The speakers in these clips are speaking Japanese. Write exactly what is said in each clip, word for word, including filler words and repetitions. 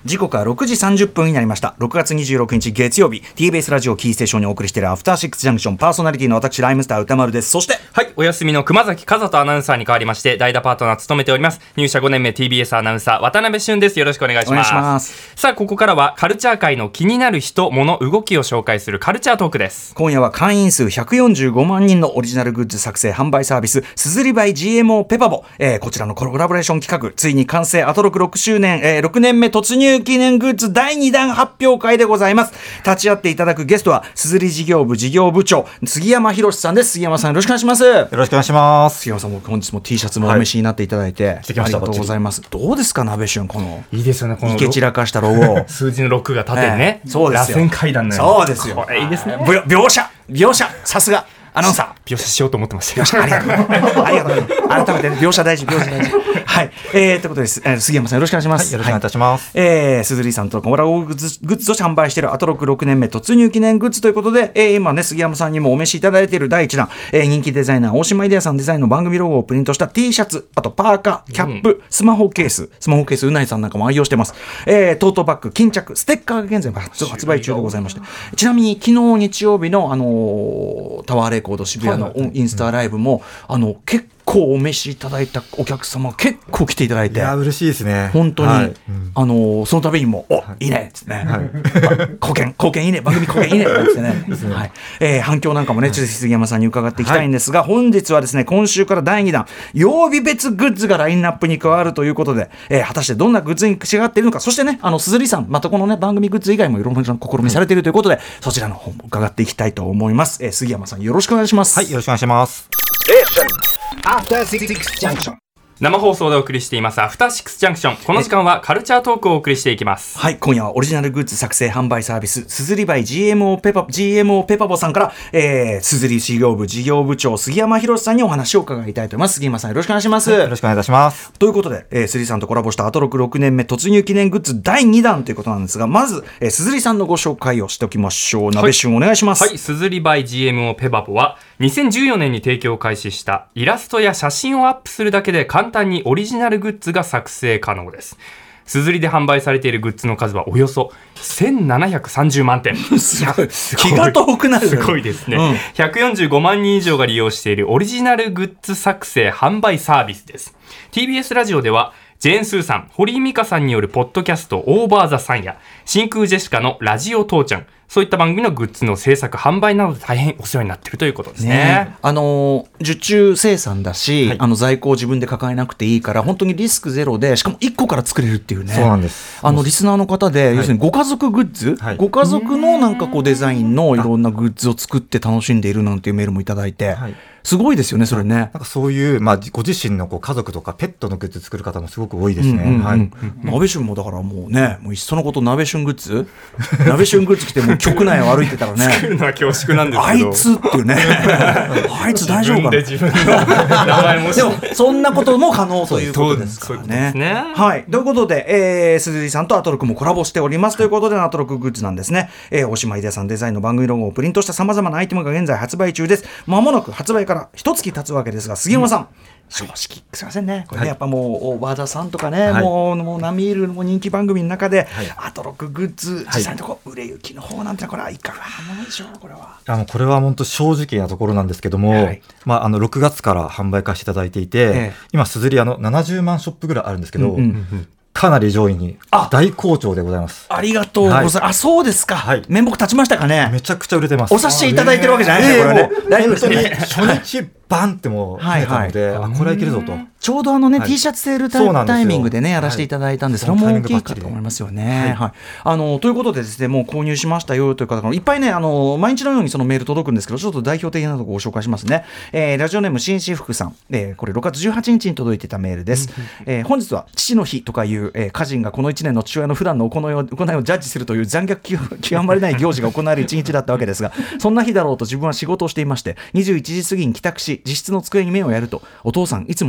時刻はろくじさんじゅっぷんになりました。ろくがつにじゅうろくにち月曜日、 ティービーエス ラジオキーステーションにお送りしているアフターシックスジャンクション、パーソナリティの私ライムスター歌丸です。そしてはい、お休みの熊崎和人アナウンサーに代わりまして代打パートナー務めております入社ごねんめ ティービーエス アナウンサー渡辺俊です。よろしくお願いします。 お願いします。 さあ、ここからはカルチャー界の気になる人物動きを紹介するカルチャートークです。 今夜は会員数ひゃくよんじゅうごまんにんのオリジナルグッズ作成販売サービスすずりバイ ジーエムオー ペパボ、えー、こちらのコラボレーション企画、ついに完成。アトロクろくしゅうねん、えー、ろくねんめ突入記念グッズだいにだん発表会でございます。立ち会っていただくゲストはすずり事業部事業部長杉山博さんです。杉山さん、よろしくお願いします。 よろしくお願いします。 杉山さんも本日も T シャツもお召しになっていただいて、はい、ありがとうございます。どうですか鍋旬、このいいですよね、このイケ散らかしたロゴ数字のろくが縦にね、 えー、そうですよ、 螺旋階段のようそうですよ、 これいいですね。 描写描写さすがアナウンサー、描写しようと思ってました。 描写ありがとうありがとう改めて、ね、描写大事描写大事はい、えー、ということです、えー、杉山さんよろしくお願いします。 はい、よろしくお願いいたします。 はい、えー、すずりさんとコラボグッズグッズを販売しているアトロクろくねんめ突入記念グッズということで、えー、今ね杉山さんにもお召しいただいているだいいちだん、えー、人気デザイナー大島イデアさんデザインの番組ロゴをプリントした T シャツ、あとパーカー、キャップ、うん、スマホケーススマホケースうないさんなんかも愛用してます。えー、トートバッグ、巾着、ステッカーが現在発売中でございまして、ちなみに昨日日曜日の、あのー、タワーレコード渋谷のインスタライブも、うん、あの結構結構お召しいただいたお客様結構来ていただいて、 いや嬉しいですね本当に、はい、うん、あのー、その度にもお、はい、いいねっつってね、はい、貢献貢献いいね番組貢献いいねっつってね、はい、えー、反響なんかもね、ちょっと杉山さんに伺っていきたいんですが、はい、本日はですね今週からだいにだん曜日別グッズがラインナップに加わるということで、えー、果たしてどんなグッズに違っているのか、そしてねあのすずりさんまたこのね番組グッズ以外もいろんな試みされているということで、そちらの方も伺っていきたいと思います。えー、杉山さんよろしくお願いします。 はい、よろしくお願いします。 アフターシックスジャンクション、生放送でお送りしていますアフターシックスジャンクション。この時間はカルチャートークをお送りしていきます。 はい、今夜はオリジナルグッズ作成販売サービスすずりバイ ジーエムオー ペパ ジーエムオー ペパボさんから、えー、すずり事業部事業部長杉山博さんにお話を伺いたいと思います。杉山さんよろしくお願いします。 はい、よろしくお願いいたします。 ということで、えー、すずりさんとコラボしたアトロクろくねんめ突入記念グッズだいにだんということなんですが、まず、えー、すずりさんのご紹介をしておきましょう。鍋旬お願いします。 はい、すずりバイ ジーエムオー ペパボはにせんじゅうよねんに提供を開始したイラストや写真をアップするだけで簡単にオリジナルグッズが作成可能です。すずりで販売されているグッズの数はおよそせんななひゃくさんじゅうまんてんすごい気が遠くなる。 すごいですね、うん、ひゃくよんじゅうごまんにん以上が利用しているオリジナルグッズ作成販売サービスです。 ティービーエス ラジオではジェーン・スーさん、堀井美香さんによるポッドキャストオーバーザさんや真空ジェシカのラジオ父ちゃん、そういった番組のグッズの制作販売などで大変お世話になっているということです ね, ねあの受注生産だし、はい、あの在庫を自分で抱えなくていいから本当にリスクゼロで、しかもいっこから作れるっていうね。 そうなんです。 あのリスナーの方で、はい、要するにご家族グッズ、はい、ご家族のなんかこうデザインのいろんなグッズを作って楽しんでいるなんていうメールもいただいて、はい、すごいですよねそれね。 なんかそういう、まあ、ご自身のこう家族とかペットのグッズ作る方もすごく多いですね。 鍋旬もだからもうね、もういっそのこと鍋旬グッズ鍋旬グッズ着てもう局内を歩いてたらね作るのは恐縮なんですけど、 あいつっていうねあいつ大丈夫かな自分で自分の名前もでもそんなことも可能ということですからね。 ね、 はい、ということで、えー、すずりさんとアトロクもコラボしておりますということで、アトロクグッズなんですね。えー、大島イデアさんデザインの番組ロゴをプリントしたさまざまなアイテムが現在発売中です。まもなく発売から一月経つわけですが、杉山さん、うん、正直すいませんね、これね、はい、やっぱもう和田さんとかね、はい、もうもう並みいるもう人気番組の中で、はい、アトロクグッズ実際のところ、売れ行きの方なんてのはこれはいかがなんでしょう。これはあのこれは本当正直なところなんですけども、はい、まあ、あのろくがつから販売化していただいていて、ええ、今すずりあのななじゅうまんショップぐらいあるんですけど、うんうんうん、かなり上位に大好調でございます。 あ, ありがとうございます、はい、あそうですか、はい、面目立ちましたかね。 めちゃくちゃ売れてます。 お察しいただいてるわけじゃないですか、えー、これね大丈夫ですね。 初日バンってもう出たので、はいはい、あこれはいけるぞと。 ちょうどあのね、はい、T シャツセール タ, タイミングでねやらせていただいたんですけど、はい、それも大きいかと思いますよね、はいはい、あのということでですね、もう購入しましたよという方がいっぱいね、あの毎日のようにそのメール届くんですけど、ちょっと代表的なところをご紹介しますね。えー、ラジオネーム紳士福さん、えー、これろくがつじゅうはちにちに届いてたメールです、えー、本日は父の日とかいう、えー、家人がこのいちねんの父親の普段の行いを、行いをジャッジするという残虐極まれない行事が行われるいちにちだったわけですが、そんな日だろうと自分は仕事をしていまして、にじゅういちじ過ぎに帰宅し自室の机に目をやると、お父さんいつもありがと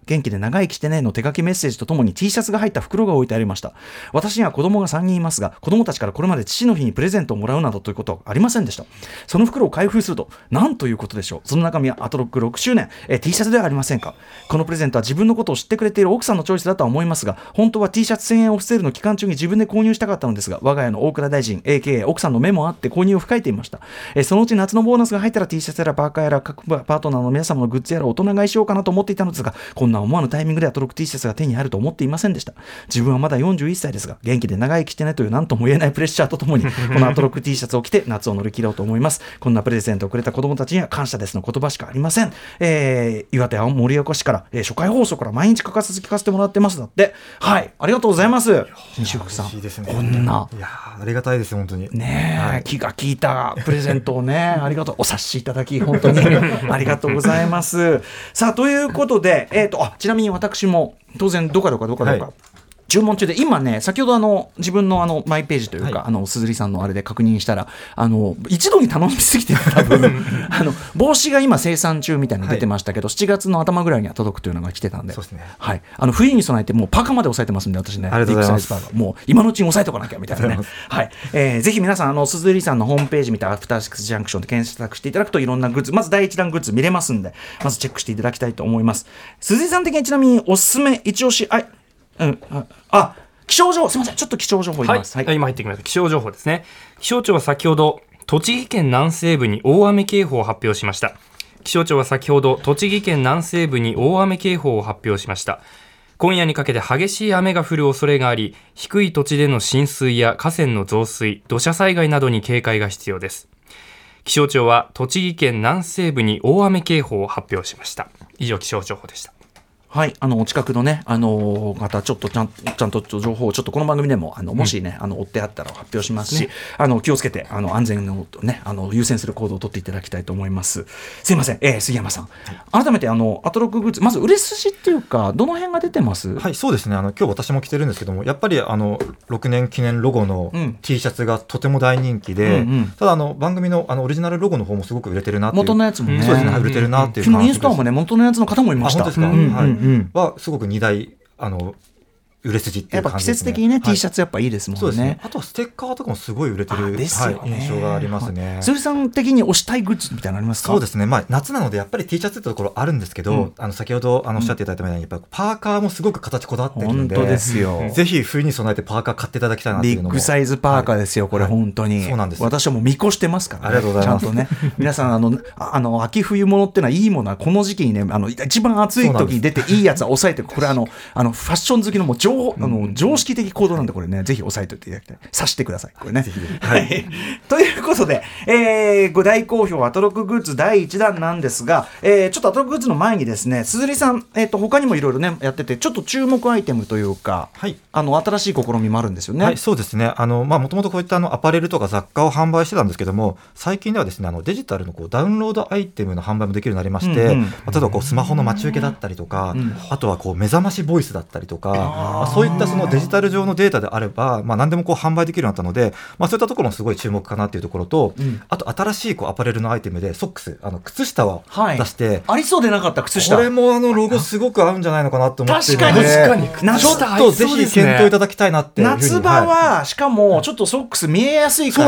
元気で長生きしてねの手書きメッセージとともに T シャツが入った袋が置いてありました。私には子供がさんにんいますが、子供たちからこれまで父の日にプレゼントをもらうなどということはありませんでした。その袋を開封するとなんということでしょう。その中身はアトロックろくしゅうねん、えー、T シャツではありませんか。このプレゼントは自分のことを知ってくれている奥さんのチョイスだとは思いますが、本当は T シャツせんえんオフセールの期間中に自分で購入したかったのですが、我が家の大倉大臣 エーケーエー 奥さんの目もあって購入を控えていました。えー、そのうち夏のボーナスが入ったら T シャツやらパーカーやら各パートナーの皆様のグッズやら大人買いしようかなと思っていたのですが、こんな思わぬタイミングでアトロック T シャツが手に入ると思っていませんでした。自分はまだよんじゅういっさいですが、元気で長生きしてねという何とも言えないプレッシャーとともにこのアトロック T シャツを着て夏を乗り切ろうと思います。こんなプレゼントをくれた子供たちには感謝ですの言葉しかありません。えー、岩手青森岡市から、えー、初回放送から毎日欠かさず聞かせてもらってますだって。はい、ありがとうございます。新宿さん、 嬉しいですね。 こんな、 いやありがたいです本当にねえ、 はい、 気が利いたプレゼントをねありがとう、お察しいただき本当にありがとうございます。さあということで、えーと、あちなみに私も当然どかどかどかどか、はい、注文中で今ね、先ほどあの自分のあのマイページというか、はい、あの鈴木さんのあれで確認したら、あの一度に頼みすぎて多分あの帽子が今生産中みたいなの出てましたけど、はい、しちがつの頭ぐらいには届くというのが来てたんで、 そうですね、 はい、あの冬に備えてもうパーカーまで抑えてますんで、私ね、 ありがとうございます。 ビッグサイズパーカーもう今のうちに抑えておかなきゃみたいなね、はい、えー、ぜひ皆さんあの鈴木さんのホームページ見てアフターシックスジャンクションで検索していただくといろんなグッズ、まず第一弾グッズ見れますんで、まずチェックしていただきたいと思います。鈴木さん的にちなみにおすすめ一押し、あ、うん、ああ気象情報、すみません、ちょっと気象情報言います。 はい、はい、今入ってきました。気象情報ですね。気象庁は先ほど栃木県南西部に大雨警報を発表しました。気象庁は先ほど栃木県南西部に大雨警報を発表しました。今夜にかけて激しい雨が降る恐れがあり、低い土地での浸水や河川の増水、土砂災害などに警戒が必要です。気象庁は栃木県南西部に大雨警報を発表しました。以上、気象情報でした。 はい、あのお近くのね、あの方ちょっとちゃんちゃんと情報をちょっとこの番組でもあのもしね、うん、あの追ってあったら発表しますし、ね、あの気をつけてあの安全のねあの優先する行動を取っていただきたいと思います。すいません、えー、杉山さん、はい、改めてあのアトロックグッズ、まず売れ筋っていうかどの辺が出てます？ はい、そうですね、あの今日私も着てるんですけども、やっぱりあのろくねん記念ロゴの T シャツがとても大人気で、うんうんうん、ただあの番組のあのオリジナルロゴの方もすごく売れてるなっていう、 元のやつもね、 そうですね、売れてるなっていう感じです。 昨日インスタもね元のやつの方もいました。 あ、本当ですか？ うんうんうん、 はい、はすごくにだいあの売れ筋っていう感じですね。 やっぱ季節的にね、はい、T シャツやっぱいいですもんね。 そうですね。あとはステッカーとかもすごい売れてる、 ですよね、 はい、印象がありますね。 鈴木さん的に推したいグッズみたいなのありますか？ そうですね、まあ、夏なのでやっぱり T シャツってところあるんですけど、うん、あの先ほどあのおっしゃっていただいたように、やっぱパーカーもすごく形こだわってるので、 本当ですよ、 ぜひ冬に備えてパーカー買っていただきたいなっていうのも。 ビッグサイズパーカーですよ、はい、これ本当に、はい、 そうなんです。 私はもう見越してますからね。 ありがとうございます。 ちゃんとね皆さんあのあの秋冬物ってのはいいものはこの時期にね、あの一番暑い時に出ていいやつは抑えて、これあのあのファッション好きのもう常、あの常識的行動なんで、これねぜひ押さえておいていただきたい。察してくださいこれね。はい、ということで、えー、ご大好評アトロックグッズだいいちだんなんですが、えー、ちょっとアトロックグッズの前にですね、鈴木さん、えー、と他にもいろいろねやってて、ちょっと注目アイテムというか、はい、あの新しい試みもあるんですよね。 はい、そうですね、あのまあもともとこういったあのアパレルとか雑貨を販売してたんですけども、最近ではですね、あのデジタルのこうダウンロードアイテムの販売もできるようになりまして、うんうん、例えばこうスマホの待ち受けだったりとか、うん、あとはこう目覚ましボイスだったりとか、まあ、そういったそのデジタル上のデータであれば、まあ、何でもこう販売できるようになったので、まあ、そういったところもすごい注目かなというところと、うん、あと新しいこうアパレルのアイテムでソックス、あの靴下を出して、はい、 ありそうでなかった靴下、 これもあのロゴすごく合うんじゃないのかなと思っているので、 確かに確かにちょっとぜひ検討いただきたいなっていうふうに。 夏場は、はい、しかもちょっとソックス見えやすいから、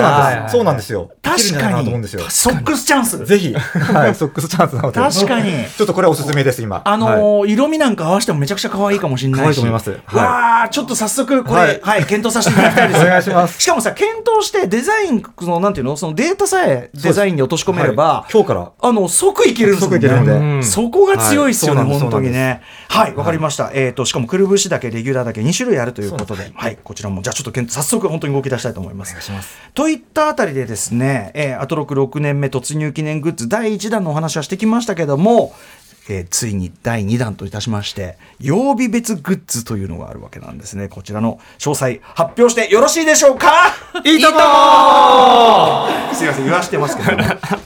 そうなんですよ、 確かにソックスチャンス、 ぜひ、はい、ソックスチャンスなので確かにちょっとこれおすすめです今。 あのーはい、 色味なんか合わせてもめちゃくちゃ可愛いかもしれないし、 可愛いと思います、はい、 わーちょっと早速これ、はいはい、検討させていただきたいですお願いします。 しかもさ、検討してデザインのなんていうの、そのデータさえデザインに落とし込めれば、 はい、今日からあの即いけるんですよね。 即いけるので、うん、 そこが強いですよね、 はい、 本当にね。はい、わかりました。えっとしかもくるぶしだけレギュラーだけに種類あるということで、はい、こちらもじゃあちょっと早速本当に動き出したいと思います。 お願いします。 といったあたりでですね、えー、アトロクろくねんめ突入記念グッズだいいちだんのお話はしてきましたけども、えー、ついにだいにだんといたしまして曜日別グッズというのがあるわけなんですね。こちらの詳細発表してよろしいでしょうか。 いいともすいません言わしてますけど、ね、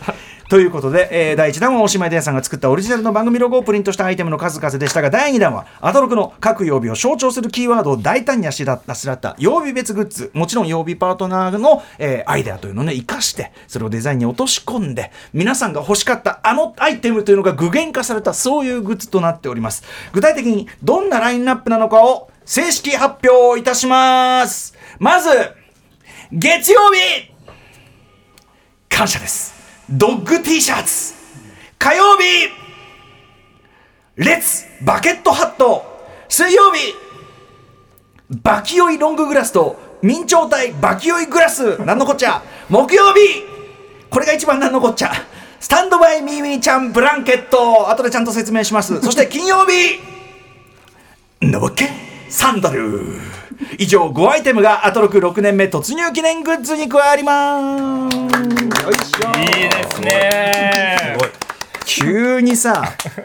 ということで、えー、だいいちだんは大島屋さんが作ったオリジナルの番組ロゴをプリントしたアイテムの数々でしたが、だいにだんはアトロクの各曜日を象徴するキーワードを大胆にあしらった曜日別グッズ、もちろん曜日パートナーの、えー、アイデアというのをね生かしてそれをデザインに落とし込んで皆さんが欲しかったあのアイテムというのが具現化された、そういうグッズとなっております。具体的にどんなラインナップなのかを正式発表いたします。まず月曜日、感謝です、ドッグ T シャツ。火曜日、レッツバケットハット。水曜日、バキ酔いロンググラスと明朝体バキ酔いグラス。なんのこっちゃ。木曜日、これが一番なんのこっちゃ、スタンドバイミーミーちゃんブランケット。後でちゃんと説明します。そして金曜日、のぼっけサンダル。以上ごアイテムがアトロクろくねんめ突入記念グッズに加わります。よいしょ。 いいですね。 すごい。 急にさ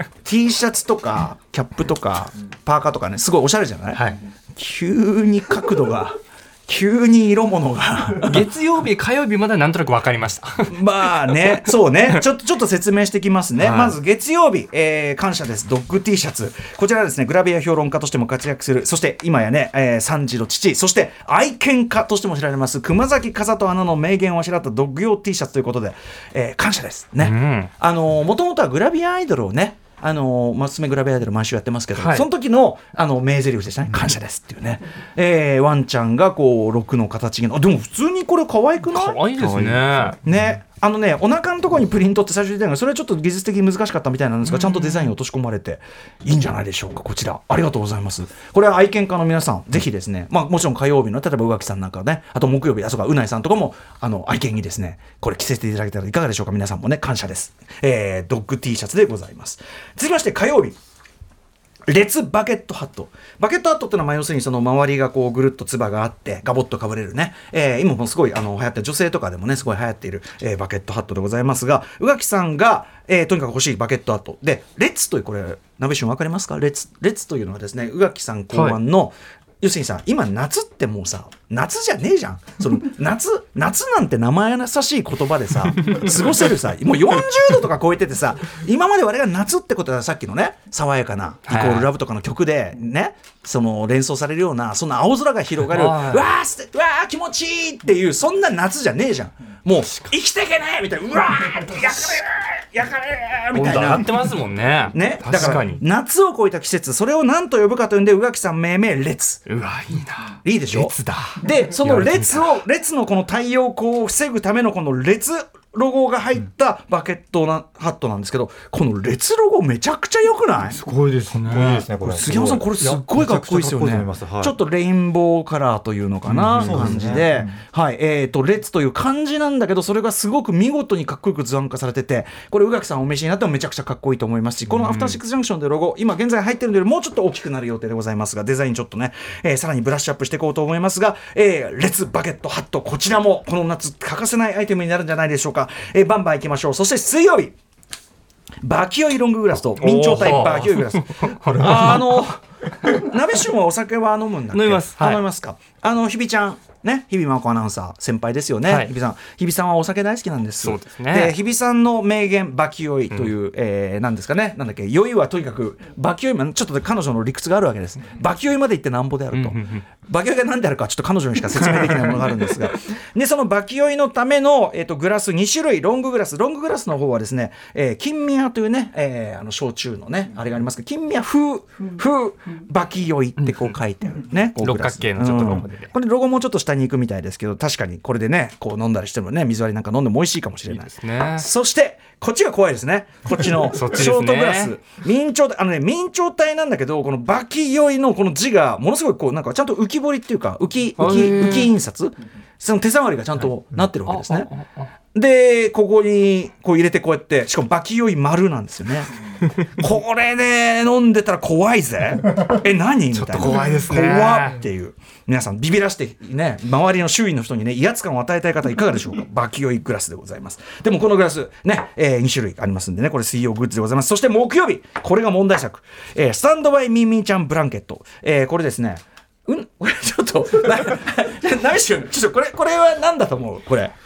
T シャツとかキャップとかパーカーとかね、すごいおしゃれじゃない、 はい、 急に角度が急に色物が月曜日火曜日までなんとなく分かりましたまあね、そうね、ちょっとちょっと説明してきますね、 はい、 まず月曜日、えー、感謝ですドッグ T シャツ。こちらはですねグラビア評論家としても活躍する、そして今やね、えー、さんじの父、そして愛犬家としても知られます熊崎風斗アナの名言をあしらったドッグ用 T シャツということで、えー、感謝ですね、うん、あのもともとはグラビアアイドルをね、あのマスメグラビアアイドル毎週やってますけど、はい、その時のあの名台詞でしたね、感謝ですっていうね、えー、ワンちゃんがこうろくの形に、でも普通にこれ可愛くない？ 可愛いですね。 ね、あのね、お腹のところにプリントって最初に出たのが、それはちょっと技術的に難しかったみたいなんですが、ちゃんとデザインを落とし込まれていいんじゃないでしょうか。こちらありがとうございます。これは愛犬家の皆さんぜひですね、まあ、もちろん火曜日の例えば宇垣さんなんかね、あと木曜日、あそうかうないさんとかもあの愛犬にですねこれ着せていただけたらいかがでしょうか。皆さんもね感謝です、えー、ドッグ T シャツでございます。続きまして火曜日、レツバケットハット。バケットハットってのはまあ要するにその周りがこうぐるっとつばがあってガボッとかぶれるね、えー、今もすごいあの流行ってる、女性とかでもねすごい流行っている、えー、バケットハットでございますが、宇垣さんが、えー、とにかく欲しいバケットハットで、レッツという、これナビション分かりますか。レッツレッツというのはですね宇垣さん考案の、はい、要するにさ、今夏ってもうさ夏じゃねえじゃん。その夏夏なんて生優しい言葉でさ過ごせるさ、もうよんじゅうどとか超えててさ、今まで我々が夏ってことはさっきのね爽やかなイコールラブとかの曲でね、その連想されるようなそんな青空が広がる、わーすてわー気持ちいいっていう、そんな夏じゃねえじゃん。もう生きてけねえみたいな、うわーってやかれやかれみたいな、 なってますもんね。 ね、だから夏を超えた季節、それを何と呼ぶかというんで、宇垣さん命名列。 うわいいな、 いいでしょ。 列だ。 でその列を列のこの太陽光を防ぐためのこの列ロゴが入ったバケットなハットなんですけど、この列ロゴめちゃくちゃ良くない？ すごいですね。 杉山さんこれすっごいかっこいいですよね。はい、ちょっとレインボーカラーというのかな、うん、感じで、うん、はい、えーと列という漢字なんだけど、それがすごく見事にかっこよく図案化されてて、これ宇垣さんお召しになってもめちゃくちゃかっこいいと思いますし、このアフターシックスジャンクションでロゴ、今現在入ってるのよりもうちょっと大きくなる予定でございますが、デザインちょっとね、えー、さらにブラッシュアップしていこうと思いますが、えー、列バケットハット、こちらもこの夏欠かせないアイテムになるんじゃないでしょうか。えー、バンバンいきましょう。そして水曜日、バキ酔いロンググラスと明朝体バキ酔いグラス。あの鍋旬はお酒は飲むんだっけ？ 飲みます、はい、 飲みますか。あの日比ちゃんね、日比真央子アナウンサー先輩ですよね、はい、日比さん日比さんはお酒大好きなんです。 そうですね。 で日比さんの名言バキ酔いという、うん、えー、なんですかね、なんだっけ、酔いはとにかくバキ酔い、ちょっと彼女の理屈があるわけです。バキ酔いまで行ってなんぼであると、うんうんうん、バキ酔いが何であるかちょっと彼女にしか説明できないものがあるんですがでそのバキ酔いのための、えー、とグラスに種類、ロンググラスロンググラスの方はですね、えー、金宮というね、えー、あの焼酎のねあれがありますけど、金宮風風バキ酔いってこう書いてあるね、こう六角形のちょっとロゴで、 うん、これロゴもちょっと下に行くみたいですけど、確かにこれでねこう飲んだりしてもね、水割りなんか飲んでも美味しいかもしれない。 いいですね。 そしてこっちが怖いですね、こっちのショートグラス明朝体、あのね明朝体なんだけど、このバキ酔いのこの字がものすごいこうなんかちゃんと浮き彫りっていうか浮き浮き浮き印刷、その手触りがちゃんとなってるわけですね。でここにこう入れてこうやって、しかもバキ酔い丸なんですよねこれで飲んでたら怖いぜえ何みたいな、ちょっと怖いですね、 怖っていう、皆さんビビらしてね、周りの周囲の人にね威圧感を与えたい方いかがでしょうかバキ酔いグラスでございます。でもこのグラスね、えー、に種類ありますんでね、これ水曜グッズでございます。そして木曜日、これが問題作、えー、スタンドバイミーミーちゃんブランケット、えー、これですね、うん、これちょっとななしゅんちょっとこれこれは何だと思う？これ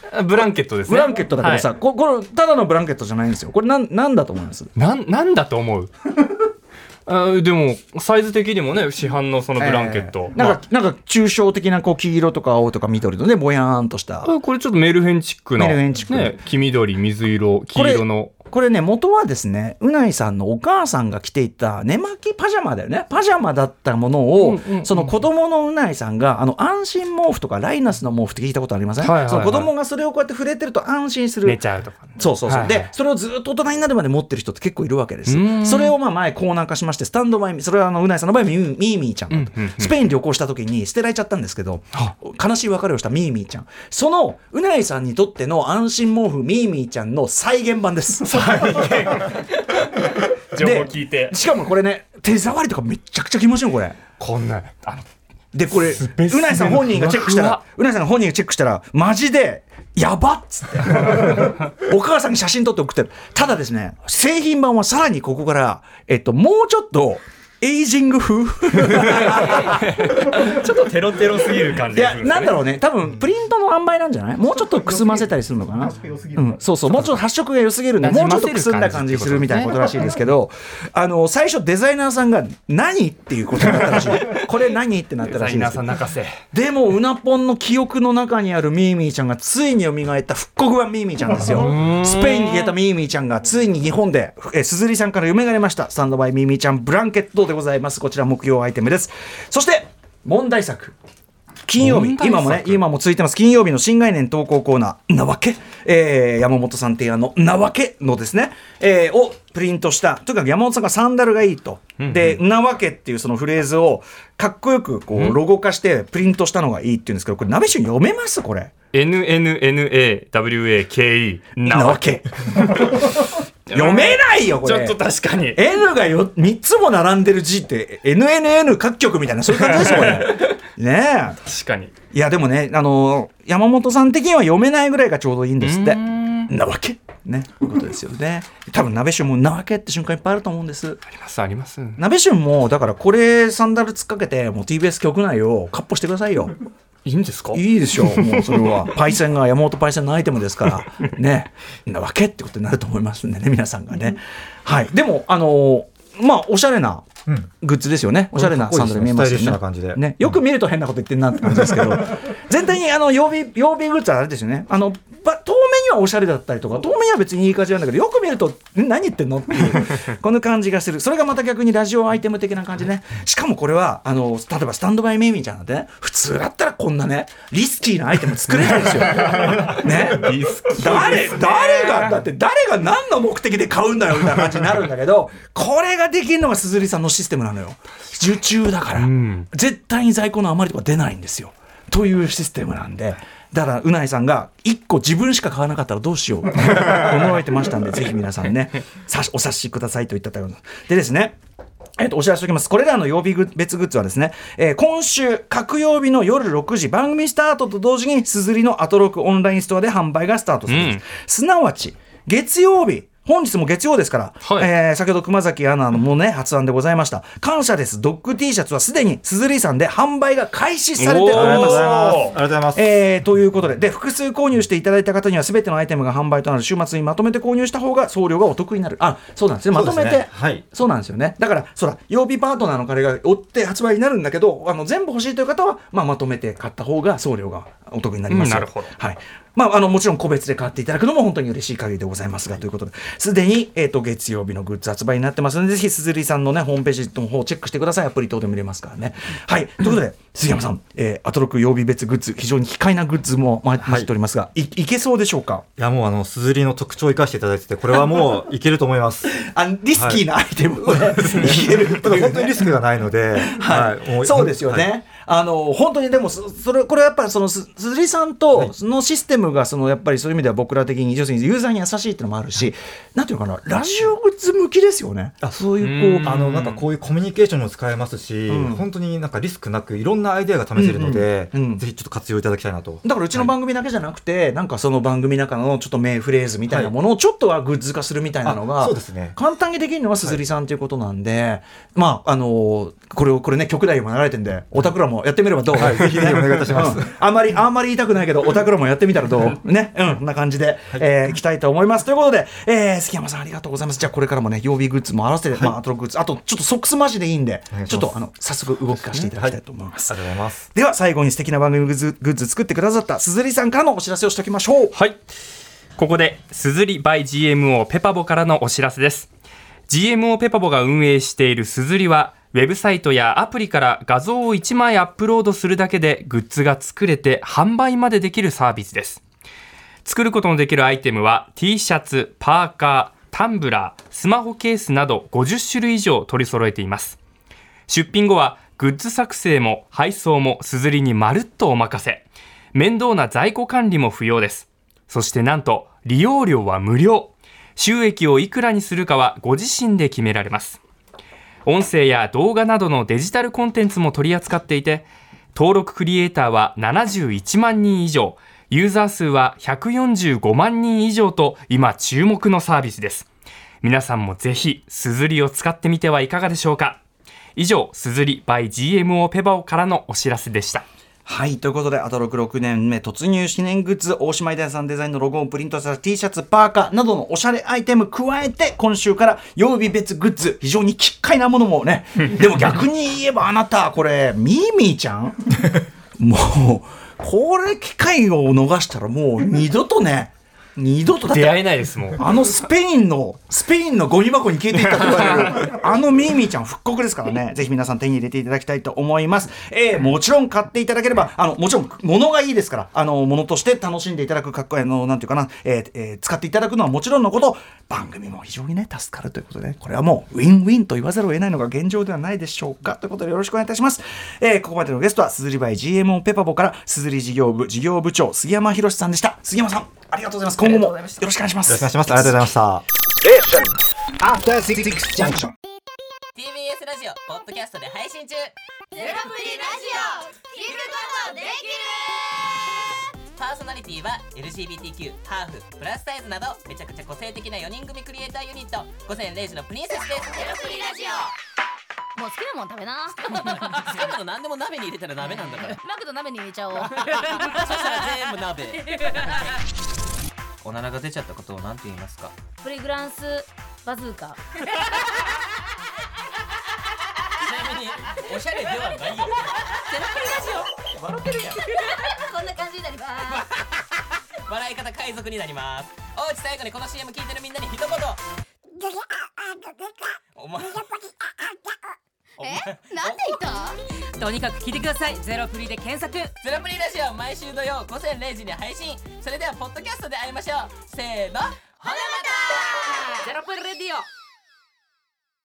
ブランケットですね。 ブランケットだけどさ、 はい、 ここれただのブランケットじゃないんですよ。これなんなんだと思います？ なんなんだと思うあでもサイズ的にもね市販のそのブランケット、 えー、なんか、まあ、なんか抽象的なこう黄色とか青とか緑のねぼやーんとしたこれちょっとメルヘンチックなメルヘンチック、 ね、黄緑水色黄色のこれね元はですねうないさんのお母さんが着ていた寝巻きパジャマだよね。パジャマだったものを、うんうんうん、その子供のうないさんがあの安心毛布とかライナスの毛布って聞いたことありません、はいはいはい、その子供がそれをこうやって触れてると安心する寝ちゃうとか、ね、 そうそうそう、はいはい、でそれをずっと大人になるまで持ってる人って結構いるわけです。それをまあ前コーナー化しましてスタンドバイミーそれはあのうないさんの場合ミーミーミーちゃん、うんうんうん、スペイン旅行した時に捨てられちゃったんですけど悲しい別れをしたミーミーちゃんそのうないさんにとっての安心毛布ミーミーちゃんの再現版です再現情報聞いてしかもこれね手触りとかめちゃくちゃ気持ちいいこれこんなあのでこれうないさん本人がチェックしたらうないさんが本人がチェックしたらマジでやばっつってお母さんに写真撮って送ってる。ただですね製品版はさらにここからえっともうちょっとエイジング風ちょっとテロテロすぎる感じがするんですね。 いやなんだろうね多分プリントの塩梅なんじゃないもうちょっとくすませたりするのかな、うん、そうそうもうちょっと発色が良すぎるんでもうちょっとくすんだ感じするみたいなことらしいですけどあの最初デザイナーさんが何っていうことになったらしいこれ何ってなったらしいんですよ。 デザイナーさん泣かせでもうなぽんの記憶の中にあるミーミーちゃんがついに蘇った復刻版ミーミーちゃんですよ。スペインに消えたミーミーちゃんがついに日本でえすずりさんから蘇りました。スタンドバイミーミーちゃんブランケットでございます。こちら目標アイテムです。そして問題作金曜日今もね今も続いてます金曜日の新概念投稿コーナーなわけ、えー、山本さん提案のなわけのですね、えー、をプリントしたとにかく山本さんがサンダルがいいと、うんうん、でなわけっていうそのフレーズをかっこよくこうロゴ化してプリントしたのがいいっていうんですけどこれ鍋旬読めますこれエヌエヌエヌエーダブリューエーケーイー なわけ読めないよこれ。 ちょっと確かに N がよみっつも並んでる字って エヌエヌエヌ 各局みたいなそういう感じですよねねえ確かに。 いやでもねあの山本さん的には読めないぐらいがちょうどいいんですってなわけねこういうことですよね多分鍋旬もなわけって瞬間いっぱいあると思うんです。 ありますあります。 鍋旬もだからこれサンダル突っかけてもう ティービーエス 局内をカッポしてくださいよいいんですか。 いいでしょうもうそれはパイセンが山本パイセンのアイテムですからねなわけってことになると思いますんでね皆さんがねはいでもあのー、まあおしゃれなグッズですよね、うん、おしゃれなサンダル見えますよ ね, な感じでねよく見ると変なこと言ってるなって感じですけど全体にあの曜日曜日グッズはあれですよねあの遠目にはおしゃれだったりとか遠目には別にいい感じなんだけどよく見ると何言ってんのっていうこの感じがする。それがまた逆にラジオアイテム的な感じね。しかもこれはあの例えばスタンドバイミーミーちゃんなんてね普通だったらこんなねリスキーなアイテム作れないですよね誰誰がだって誰が何の目的で買うんだよみたいな感じになるんだけどこれができるのがすずりさんのシステムなのよ。受注だから、うん、絶対に在庫の余りとか出ないんですよというシステムなんでだからうないさんがいっこ自分しか買わなかったらどうしようと思われてましたんでぜひ皆さんねお察しくださいといったようなでですねえっと、お知らせしておきます。これらの曜日別グッズはですね、えー、今週各曜日の夜ろくじ番組スタートと同時にすずりのアトロクオンラインストアで販売がスタートするんです、うん、すなわち月曜日本日も月曜ですから、はい、えー、先ほど熊崎アナのもね発案でございました感謝ですドッグ T シャツはすでにすずりさんで販売が開始されております。 ありがとうございますありがとうございます、 えー、ということでで複数購入していただいた方には全てのアイテムが販売となる週末にまとめて購入した方が送料がお得になる。あそうなんですねまとめて そうですね、はい、そうなんですよね。だからそうだ曜日パートナーの彼が追って発売になるんだけどあの全部欲しいという方は、まあ、まとめて買った方が送料がお得になりますよ、うん、なるほど、はいまあ、あのもちろん個別で買っていただくのも本当に嬉しい限りでございますが、はい、ということですでに、えー、と月曜日のグッズ発売になってますのでぜひすずりさんの、ね、ホームページの方をチェックしてください。アプリ等で見れますからね。はいということで杉山さん、えー、アトロク曜日別グッズ非常に奇怪なグッズも待っておりますが、はい、い, いけそうでしょうか。 いやもうあのすずりの特徴を生かしていただいててこれはもういけると思いますあリスキーなアイテムを、ねはい、いける本当にリスクがないので、 はいはい、もうそうですよね、はいあの本当にでもそれこれやっぱりそのすずりさんとそのシステムがそのやっぱりそういう意味では僕ら的に要するにユーザーに優しいっていうのもあるし、なんていうかなラジオグッズ向きですよね。あそういうこうあのなんかこういうコミュニケーションも使えますし、うん、本当になんかリスクなくいろんなアイデアが試せるので、うんうんうん、ぜひちょっと活用いただきたいなと。 だからうちの番組だけじゃなくて、はい、なんかその番組の中のちょっと名フレーズみたいなものをちょっとはグッズ化するみたいなのが、 そうですね、 簡単にできるのはすずりさんということなんで、はい、まああのこれをこれね局内も流れてるんでおたくらももやってみればどう、 はい、ぜひぜひお願いいたします、 うん、あんまりあんまり言いたくないけどおたくらもやってみたらどうね、うん、こんな感じで、はい、えー、いきたいと思います。ということで、えー、杉山さんありがとうございます。じゃあこれからもね曜日グッズも合わせて、はい、まあアトログッズ、あとちょっとソックスマジでいいんでちょっとあの早速動かしていただきたいと思います、 はい、ありがとうございます。 では最後に素敵な番組グッズ、グッズ作ってくださった鈴木さんからのお知らせをしておきましょう。 はい、ここで鈴木 by ジーエムオー ペパボからのお知らせです。 ジーエムオー ペパボが運営している鈴木はウェブサイトやアプリから画像をいちまいアップロードするだけでグッズが作れて販売までできるサービスです。作ることのできるアイテムは T シャツ、パーカー、タンブラー、スマホケースなどごじゅっしゅるい以上取り揃えています。出品後はグッズ作成も配送も鈴木にまるっとお任せ。面倒な在庫管理も不要です。そしてなんと利用料は無料。収益をいくらにするかはご自身で決められます。音声や動画などのデジタルコンテンツも取り扱っていて、登録クリエイターはななじゅういちまんにん以上、ユーザー数はひゃくよんじゅうごまんにん以上と今注目のサービスです。皆さんもぜひ鈴木を使ってみてはいかがでしょうか。以上、鈴木 by ジーエムオー ペパボからのお知らせでした。 はい。ということで、アトロクろくねんめ突入記念グッズ、大島イデアさんデザインのロゴをプリントした T シャツ、パーカーなどのおしゃれアイテム加えて、今週から曜日別グッズ、非常に奇怪なものもね、でも逆に言えばあなた、これ、ミーミーちゃんもう、これ機会を逃したらもう二度とね、二度とだって出会えないですもん。 あのスペインのスペインのゴミ箱に消えていったと言われるあのミーミーちゃん復刻ですからね。ぜひ皆さん手に入れていただきたいと思います。えー、もちろん買っていただければあのもちろん物がいいですから、あの物として楽しんでいただくかっこいいのなんていうかな、えーえー、使っていただくのはもちろんのこと、番組も非常にね助かるということで、これはもうウィンウィンと言わざるを得ないのが現状ではないでしょうか。ということでよろしくお願いいたします。えー、ここまでのゲストは鈴木 by ジーエムオー ペパボから鈴木事業部事業部長杉山博さんでした。杉山さんありがとうございます。今後もよろしくお願いします。 よろしくお願いします。ありがとうございました。 After Six Junction ティービーエス ラジオポッドキャストで配信中。 ゼロプリラジオ聞くことできる。 パーソナリティは エルジービーティーキュー、ハーフ、プラスサイズなどめちゃくちゃ個性的なよにん組クリエイターユニット午前零時のプリンセスです。 ゼロプリラジオもう好きなもん食べな。 好きなの何でも鍋に入れたら鍋なんだからマクド鍋に入れちゃおう。 そしたら全部鍋。おならが出ちゃったことを何て言いますか？ プリグランスバズーカ。 ちなみにおしゃれではないよ。ゼロプリラジオ笑ってるやん。 こんな感じになります。 笑い方海賊になります。おうち最後にこの シーエム 聞いてるみんなに一言。お前え、なんで言った？ とにかく聞いてください。ゼロプリで検索。ゼロプリラジオ毎週土曜午前零時に配信。それではポッドキャストで会いましょう。せーの、ほなまた。ゼロプリレディオ。